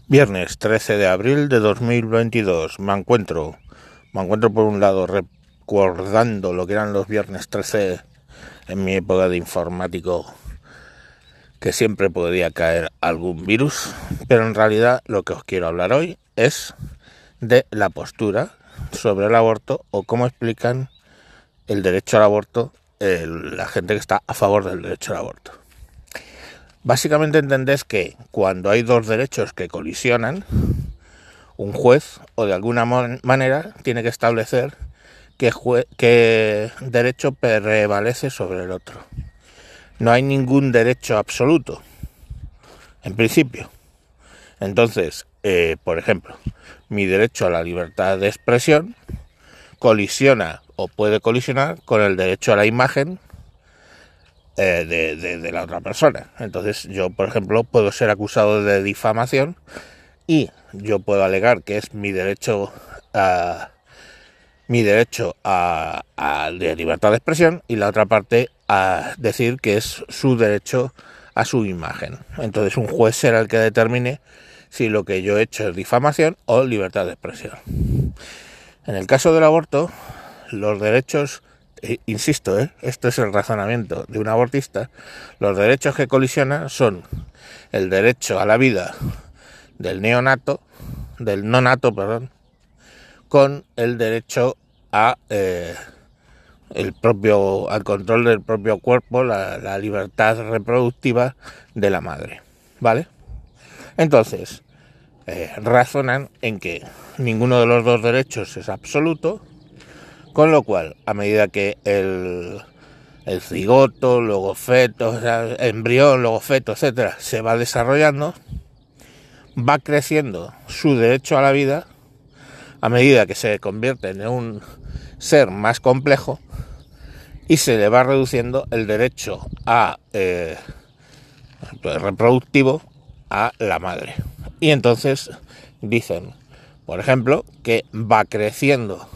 Viernes 13 de abril de 2022. Me encuentro por un lado recordando lo que eran los viernes 13 en mi época de informático, que siempre podía caer algún virus, pero en realidad lo que os quiero hablar hoy es de la postura sobre el aborto o cómo explican el derecho al aborto la gente que está a favor del derecho al aborto. Básicamente entendés que cuando hay dos derechos que colisionan, un juez o de alguna manera tiene que establecer qué derecho prevalece sobre el otro. No hay ningún derecho absoluto, en principio. Entonces, por ejemplo, mi derecho a la libertad de expresión colisiona o puede colisionar con el derecho a la imagen de la otra persona. Entonces yo, por ejemplo, puedo ser acusado de difamación y yo puedo alegar que es mi derecho a de libertad de expresión, y la otra parte a decir que es su derecho a su imagen. Entonces un juez será el que determine si lo que yo he hecho es difamación o libertad de expresión. En el caso del aborto, los derechos, insisto, esto es el razonamiento de un abortista, los derechos que colisionan son el derecho a la vida del nonato, con el derecho al control del propio cuerpo, la libertad reproductiva de la madre, ¿vale? Entonces, razonan en que ninguno de los dos derechos es absoluto, con lo cual, a medida que el cigoto, luego feto, o sea, embrión, luego feto, etcétera, se va desarrollando, va creciendo su derecho a la vida a medida que se convierte en un ser más complejo, y se le va reduciendo el derecho a reproductivo a la madre. Y entonces dicen, por ejemplo, que va creciendo,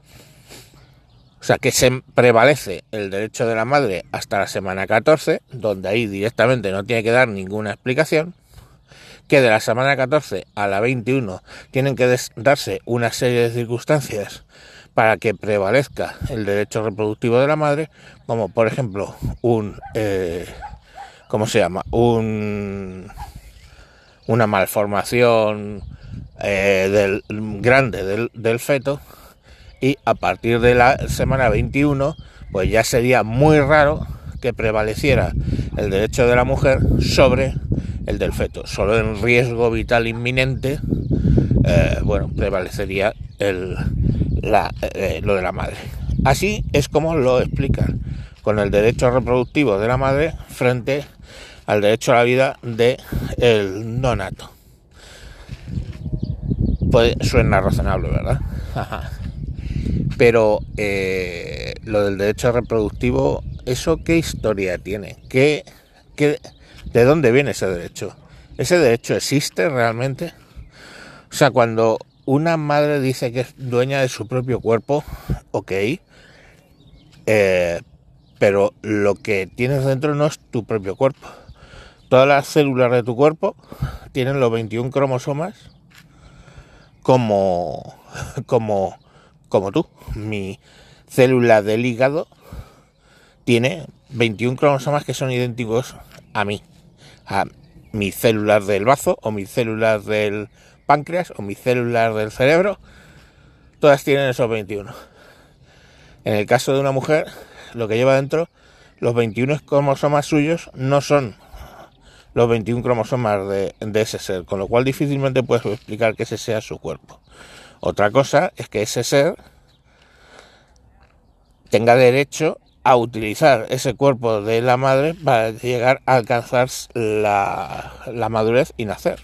o sea, que se prevalece el derecho de la madre hasta la semana 14, donde ahí directamente no tiene que dar ninguna explicación, que de la semana 14 a la 21 tienen que darse una serie de circunstancias para que prevalezca el derecho reproductivo de la madre, como por ejemplo una malformación grande del feto, y a partir de la semana 21 pues ya sería muy raro que prevaleciera el derecho de la mujer sobre el del feto. Solo en riesgo vital inminente prevalecería lo de la madre. Así es como lo explican, con el derecho reproductivo de la madre frente al derecho a la vida del nonato. Pues suena razonable, ¿verdad? Pero lo del derecho reproductivo, ¿eso qué historia tiene? ¿De dónde viene ese derecho? ¿Ese derecho existe realmente? O sea, cuando una madre dice que es dueña de su propio cuerpo, ok, pero lo que tienes dentro no es tu propio cuerpo. Todas las células de tu cuerpo tienen los 21 cromosomas como tú. Mi célula del hígado tiene 21 cromosomas que son idénticos a mí. A mis células del bazo, o mis células del páncreas, o mis células del cerebro, todas tienen esos 21. En el caso de una mujer, lo que lleva dentro, los 21 cromosomas suyos no son los 21 cromosomas de ese ser, con lo cual difícilmente puedes explicar que ese sea su cuerpo. Otra cosa es que ese ser tenga derecho a utilizar ese cuerpo de la madre para llegar a alcanzar la madurez y nacer.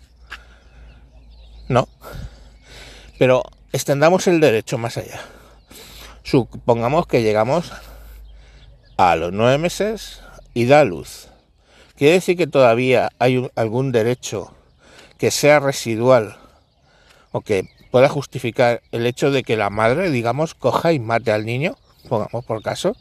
No. Pero extendamos el derecho más allá. Supongamos que llegamos a los 9 meses y da luz. ¿Quiere decir que todavía hay algún derecho que sea residual o que pueda justificar el hecho de que la madre, digamos, coja y mate al niño, pongamos por caso,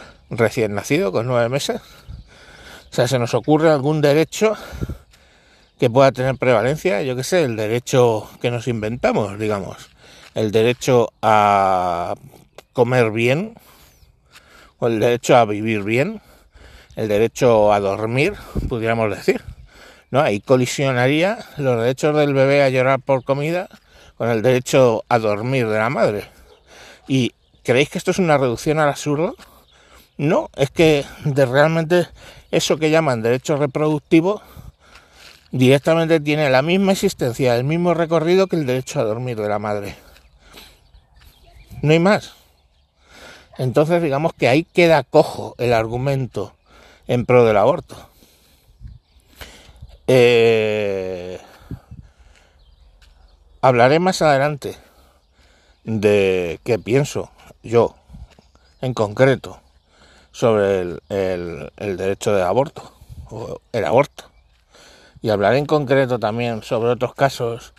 recién nacido, con 9 meses? O sea, ¿se nos ocurre algún derecho que pueda tener prevalencia, yo qué sé, el derecho que nos inventamos, digamos, el derecho a comer bien, o el derecho a vivir bien, el derecho a dormir, pudiéramos decir, ¿no? Ahí colisionaría los derechos del bebé a llorar por comida con el derecho a dormir de la madre. ¿Y creéis que esto es una reducción al absurdo? No, es que realmente eso que llaman derecho reproductivo directamente tiene la misma existencia, el mismo recorrido que el derecho a dormir de la madre. No hay más. Entonces digamos que ahí queda cojo el argumento en pro del aborto. Hablaré más adelante de qué pienso yo en concreto sobre el derecho de aborto o el aborto, y hablaré en concreto también sobre otros casos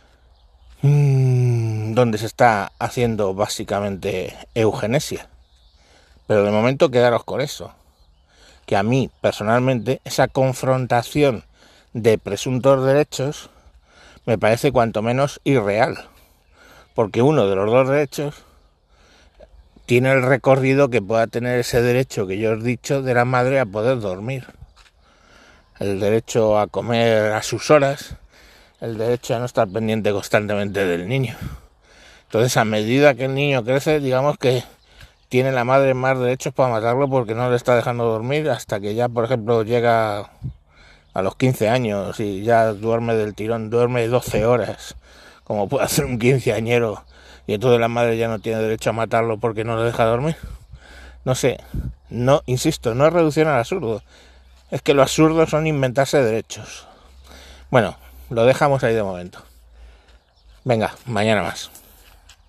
donde se está haciendo básicamente eugenesia, pero de momento quedaros con eso, que a mí personalmente esa confrontación de presuntos derechos me parece cuanto menos irreal, porque uno de los dos derechos tiene el recorrido que pueda tener ese derecho que yo os he dicho de la madre a poder dormir, el derecho a comer a sus horas, el derecho a no estar pendiente constantemente del niño. Entonces, a medida que el niño crece, digamos que tiene la madre más derechos para matarlo porque no le está dejando dormir hasta que ya, por ejemplo, llega a los 15 años y ya duerme del tirón, duerme 12 horas, como puede hacer un quinceañero, y entonces la madre ya no tiene derecho a matarlo porque no le deja dormir. No sé, no, insisto, no es reducción al absurdo, es que lo absurdo son inventarse derechos. Bueno, lo dejamos ahí de momento. Venga, mañana más.